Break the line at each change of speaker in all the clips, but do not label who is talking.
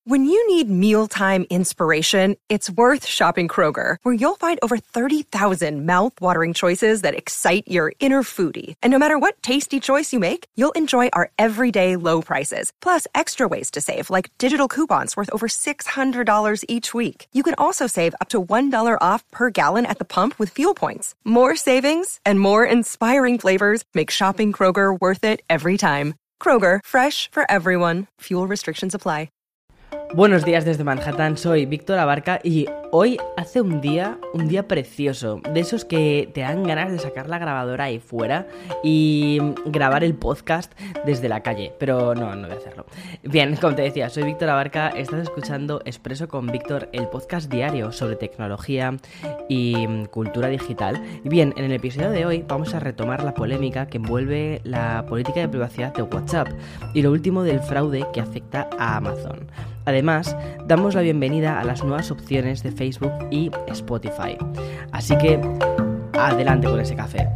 When you need mealtime inspiration, it's worth shopping Kroger, where you'll find over 30,000 mouth-watering choices that excite your inner foodie. And no matter what tasty choice you make, you'll enjoy our everyday low prices, plus extra ways to save, like digital coupons worth over $600 each week. You can also save up to $1 off per gallon at the pump with fuel points. More savings and more inspiring flavors make shopping Kroger worth it every time. Kroger, fresh for everyone. Fuel restrictions apply.
Buenos días desde Manhattan, soy Víctor Abarca y hoy hace un día precioso, de esos que te dan ganas de sacar la grabadora ahí fuera y grabar el podcast desde la calle, pero no voy a hacerlo. Bien, como te decía, soy Víctor Abarca, estás escuchando Expreso con Víctor, el podcast diario sobre tecnología y cultura digital. Y bien, en el episodio de hoy vamos a retomar la polémica que envuelve la política de privacidad de WhatsApp y lo último del fraude que afecta a Amazon. Además, damos la bienvenida a las nuevas opciones de Facebook y Spotify. Así que, adelante con ese café.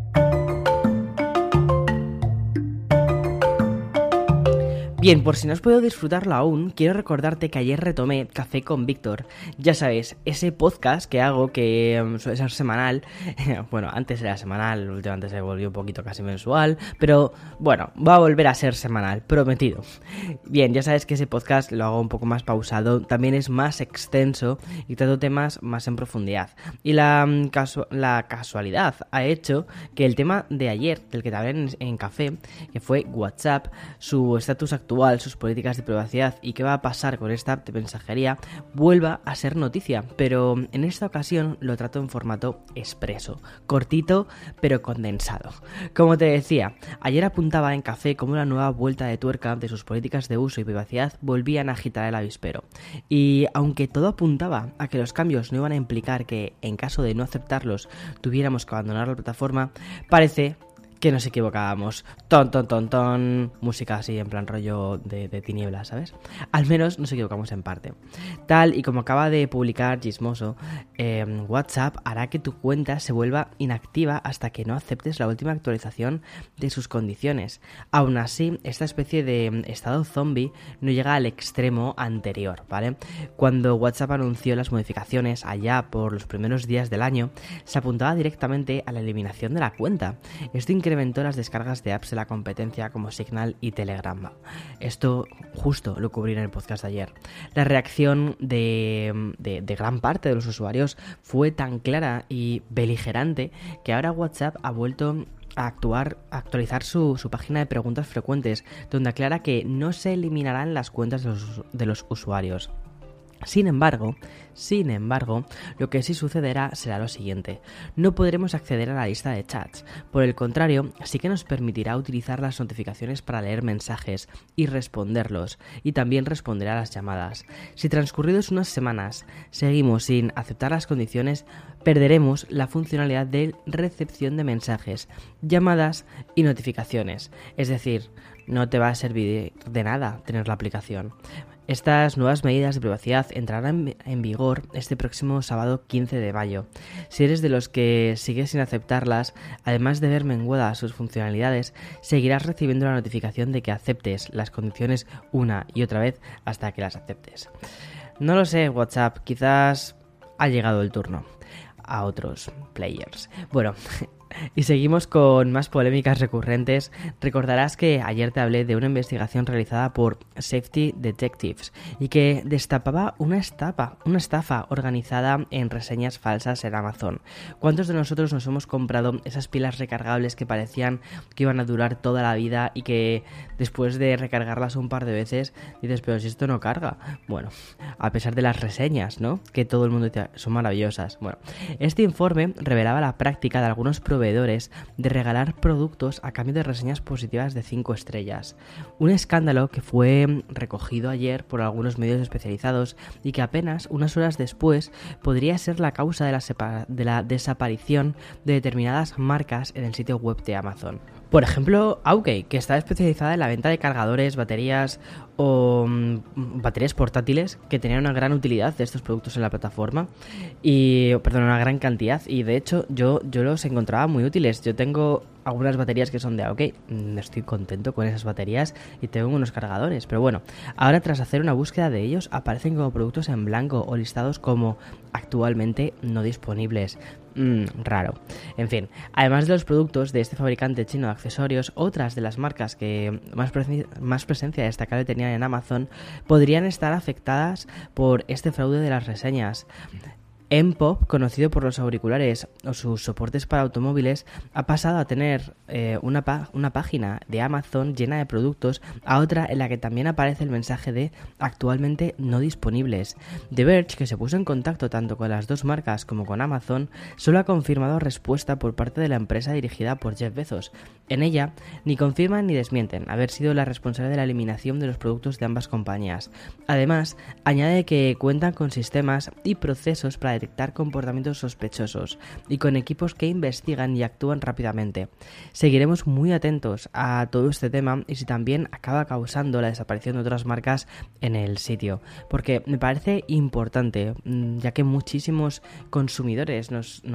Bien, por si no has podido disfrutarlo aún, quiero recordarte que ayer retomé Café con Víctor. Ya sabes, ese podcast que hago que suele ser semanal. Bueno, antes era semanal, últimamente se volvió un poquito casi mensual, pero bueno, va a volver a ser semanal, prometido. Bien, ya sabes que ese podcast lo hago un poco más pausado, también es más extenso y trato temas más en profundidad. Y la casualidad ha hecho que el tema de ayer, del que te hablé en Café, que fue WhatsApp, su estatus actual, sus políticas de privacidad y qué va a pasar con esta app de mensajería, vuelva a ser noticia, pero en esta ocasión lo trato en formato expreso, cortito pero condensado. Como te decía, ayer apuntaba en Café cómo la nueva vuelta de tuerca de sus políticas de uso y privacidad volvían a agitar el avispero, y aunque todo apuntaba a que los cambios no iban a implicar que, en caso de no aceptarlos, tuviéramos que abandonar la plataforma, parece que nos equivocábamos. Ton, música así en plan rollo de tinieblas, ¿sabes? Al menos nos equivocamos en parte. Tal y como acaba de publicar Gizmodo, WhatsApp hará que tu cuenta se vuelva inactiva hasta que no aceptes la última actualización de sus condiciones. Aún así, esta especie de estado zombie no llega al extremo anterior, ¿vale? Cuando WhatsApp anunció las modificaciones allá por los primeros días del año, se apuntaba directamente a la eliminación de la cuenta. Esto incrementó las descargas de apps de la competencia como Signal y Telegram. Esto justo lo cubrí en el podcast de ayer. La reacción de gran parte de los usuarios fue tan clara y beligerante que ahora WhatsApp ha vuelto a actualizar su página de preguntas frecuentes, donde aclara que no se eliminarán las cuentas de los usuarios. Sin embargo, lo que sí sucederá será lo siguiente: no podremos acceder a la lista de chats. Por el contrario, sí que nos permitirá utilizar las notificaciones para leer mensajes y responderlos, y también responder a las llamadas. Si transcurridos unas semanas seguimos sin aceptar las condiciones, perderemos la funcionalidad de recepción de mensajes, llamadas y notificaciones. Es decir, no te va a servir de nada tener la aplicación. Estas nuevas medidas de privacidad entrarán en vigor este próximo sábado 15 de mayo. Si eres de los que sigues sin aceptarlas, además de ver menguadas sus funcionalidades, seguirás recibiendo la notificación de que aceptes las condiciones una y otra vez hasta que las aceptes. No lo sé, WhatsApp, quizás ha llegado el turno a otros players. Bueno, y seguimos con más polémicas recurrentes. Recordarás que ayer te hablé de una investigación realizada por Safety Detectives y que destapaba una estafa organizada en reseñas falsas en Amazon. ¿Cuántos de nosotros nos hemos comprado esas pilas recargables que parecían que iban a durar toda la vida y que después de recargarlas un par de veces dices, pero si esto no carga? Bueno, a pesar de las reseñas, ¿no?, que todo el mundo dice son maravillosas. Bueno, este informe revelaba la práctica de algunos proveedores de regalar productos a cambio de reseñas positivas de 5 estrellas. Un escándalo que fue recogido ayer por algunos medios especializados y que apenas unas horas después podría ser la causa de la desaparición de determinadas marcas en el sitio web de Amazon. Por ejemplo, Aukey, que está especializada en la venta de cargadores, baterías o baterías portátiles, que tenían una gran utilidad de estos productos en la plataforma una gran cantidad, y de hecho yo los encontraba muy útiles. Yo tengo algunas baterías que son de ok, estoy contento con esas baterías y tengo unos cargadores, pero bueno, ahora tras hacer una búsqueda de ellos aparecen como productos en blanco o listados como actualmente no disponibles. Raro. En fin, además de los productos de este fabricante chino de accesorios, otras de las marcas que más presencia destacable tenían en Amazon podrían estar afectadas por este fraude de las reseñas. M-Pop, conocido por los auriculares o sus soportes para automóviles, ha pasado a tener una página de Amazon llena de productos a otra en la que también aparece el mensaje de actualmente no disponibles. The Verge, que se puso en contacto tanto con las dos marcas como con Amazon, solo ha confirmado respuesta por parte de la empresa dirigida por Jeff Bezos. En ella, ni confirman ni desmienten haber sido la responsable de la eliminación de los productos de ambas compañías. Además, añade que cuentan con sistemas y procesos para detectar comportamientos sospechosos y con equipos que investigan y actúan rápidamente. Seguiremos muy atentos a todo este tema y si también acaba causando la desaparición de otras marcas en el sitio, porque me parece importante, ya que muchísimos consumidores nos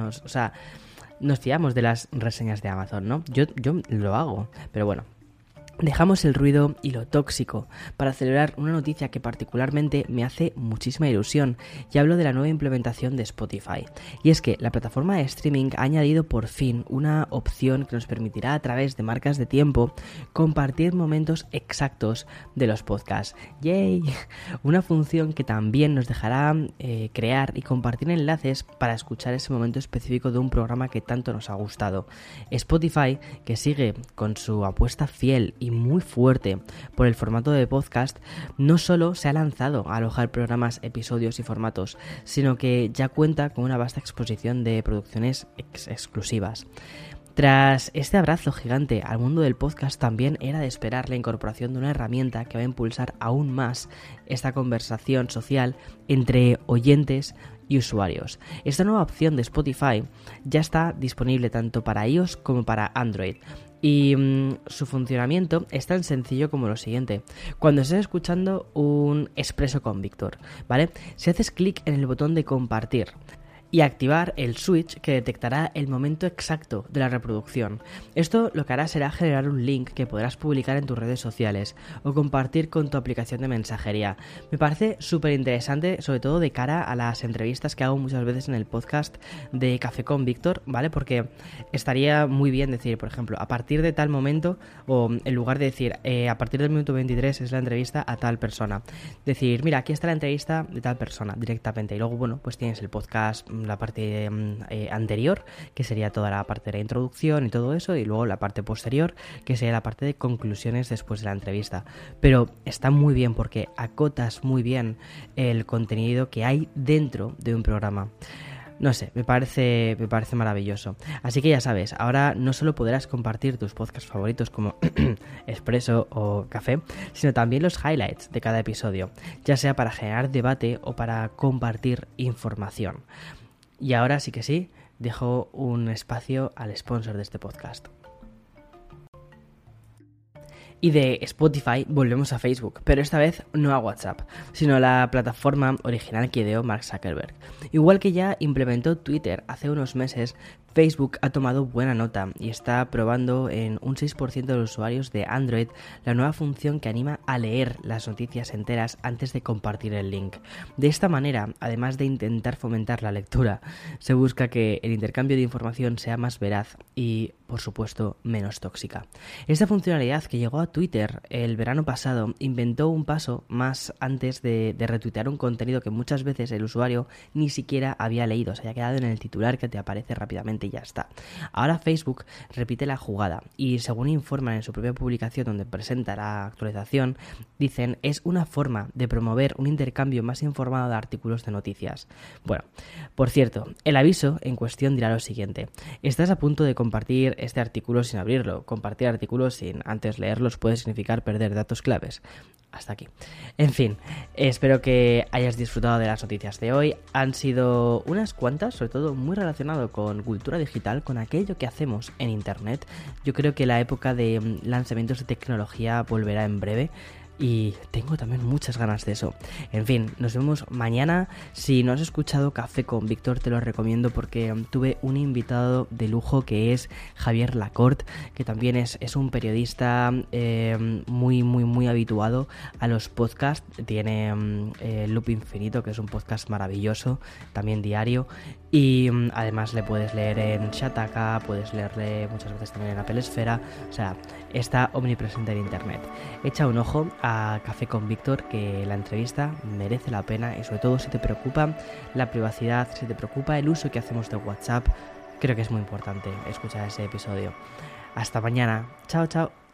fiamos de las reseñas de Amazon, ¿no? Yo lo hago, pero bueno. Dejamos el ruido y lo tóxico para celebrar una noticia que particularmente me hace muchísima ilusión, y hablo de la nueva implementación de Spotify. Y es que la plataforma de streaming ha añadido por fin una opción que nos permitirá a través de marcas de tiempo compartir momentos exactos de los podcasts. ¡Yay! Una función que también nos dejará crear y compartir enlaces para escuchar ese momento específico de un programa que tanto nos ha gustado. Spotify, que sigue con su apuesta fiel y muy fuerte por el formato de podcast, no solo se ha lanzado a alojar programas, episodios y formatos, sino que ya cuenta con una vasta exposición de producciones exclusivas. Tras este abrazo gigante al mundo del podcast, también era de esperar la incorporación de una herramienta que va a impulsar aún más esta conversación social entre oyentes y usuarios. Esta nueva opción de Spotify ya está disponible tanto para iOS como para Android. Y su funcionamiento es tan sencillo como lo siguiente. Cuando estés escuchando un Expreso con Víctor, ¿vale? Si haces clic en el botón de compartir y activar el switch que detectará el momento exacto de la reproducción. Esto lo que hará será generar un link que podrás publicar en tus redes sociales o compartir con tu aplicación de mensajería. Me parece súper interesante, sobre todo de cara a las entrevistas que hago muchas veces en el podcast de Café con Víctor, ¿vale? Porque estaría muy bien decir, por ejemplo, a partir de tal momento, o en lugar de decir a partir del minuto 23 es la entrevista a tal persona, decir, mira, aquí está la entrevista de tal persona directamente, y luego, bueno, pues tienes el podcast, la parte anterior, que sería toda la parte de la introducción y todo eso, y luego la parte posterior, que sería la parte de conclusiones después de la entrevista. Pero está muy bien porque acotas muy bien el contenido que hay dentro de un programa. No sé, me parece maravilloso. Así que ya sabes, ahora no solo podrás compartir tus podcasts favoritos como Expreso o Café, sino también los highlights de cada episodio, ya sea para generar debate o para compartir información. Y ahora sí que sí, dejo un espacio al sponsor de este podcast. Y de Spotify volvemos a Facebook, pero esta vez no a WhatsApp, sino a la plataforma original que ideó Mark Zuckerberg. Igual que ya implementó Twitter hace unos meses, Facebook ha tomado buena nota y está probando en un 6% de los usuarios de Android la nueva función que anima a leer las noticias enteras antes de compartir el link. De esta manera, además de intentar fomentar la lectura, se busca que el intercambio de información sea más veraz y, por supuesto, menos tóxica. Esta funcionalidad, que llegó a Twitter el verano pasado, inventó un paso más antes de retuitear un contenido que muchas veces el usuario ni siquiera había leído, se había quedado en el titular que te aparece rápidamente y ya está. Ahora Facebook repite la jugada y, según informan en su propia publicación donde presenta la actualización, dicen es una forma de promover un intercambio más informado de artículos de noticias. Bueno, por cierto, el aviso en cuestión dirá lo siguiente: estás a punto de compartir este artículo sin abrirlo. Compartir artículos sin antes leerlos puede significar perder datos claves. Hasta aquí. En fin, espero que hayas disfrutado de las noticias de hoy. Han sido unas cuantas, sobre todo muy relacionado con cultura digital, con aquello que hacemos en internet. Yo creo que la época de lanzamientos de tecnología volverá en breve. y tengo también muchas ganas de eso. En fin, nos vemos mañana. Si no has escuchado Café con Víctor, te lo recomiendo porque tuve un invitado de lujo que es Javier Lacorte, que también es un periodista muy habituado a los podcasts. Tiene Loop Infinito, que es un podcast maravilloso, también diario, y además le puedes leer en Shataka, puedes leerle muchas veces también en Apple Esfera, o sea, está omnipresente en internet. Echa un ojo a Café con Víctor, que la entrevista merece la pena, y sobre todo si te preocupa la privacidad, si te preocupa el uso que hacemos de WhatsApp, creo que es muy importante escuchar ese episodio. Hasta mañana, chao.